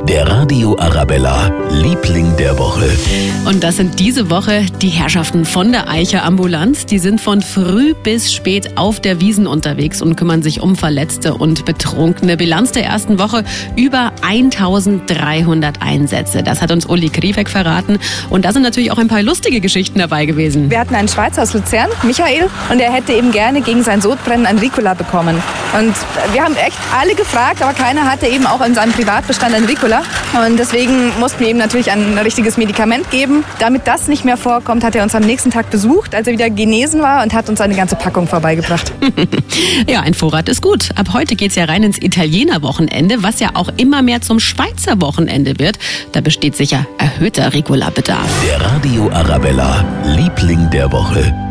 Der Radio Arabella, Liebling der Woche. Und das sind diese Woche die Herrschaften von der Eicher Ambulanz. Die sind von früh bis spät auf der Wiesn unterwegs und kümmern sich um Verletzte und Betrunkene. Bilanz der ersten Woche: über 1300 Einsätze. Das hat uns Uli Kriwek verraten. Und da sind natürlich auch ein paar lustige Geschichten dabei gewesen. Wir hatten einen Schweizer aus Luzern, Michael, und er hätte eben gerne gegen sein Sodbrennen ein Ricola bekommen. Und wir haben echt alle gefragt, aber keiner hatte eben auch in seinem Privatbestand ein Ricola. Und deswegen mussten wir ihm natürlich ein richtiges Medikament geben. Damit das nicht mehr vorkommt, hat er uns am nächsten Tag besucht, als er wieder genesen war, und hat uns eine ganze Packung vorbeigebracht. Ja, ein Vorrat ist gut. Ab heute geht's ja rein ins Italiener-Wochenende, was ja auch immer mehr zum Schweizer Wochenende wird. Da besteht sicher erhöhter Ricola-Bedarf. Der Radio Arabella, Liebling der Woche.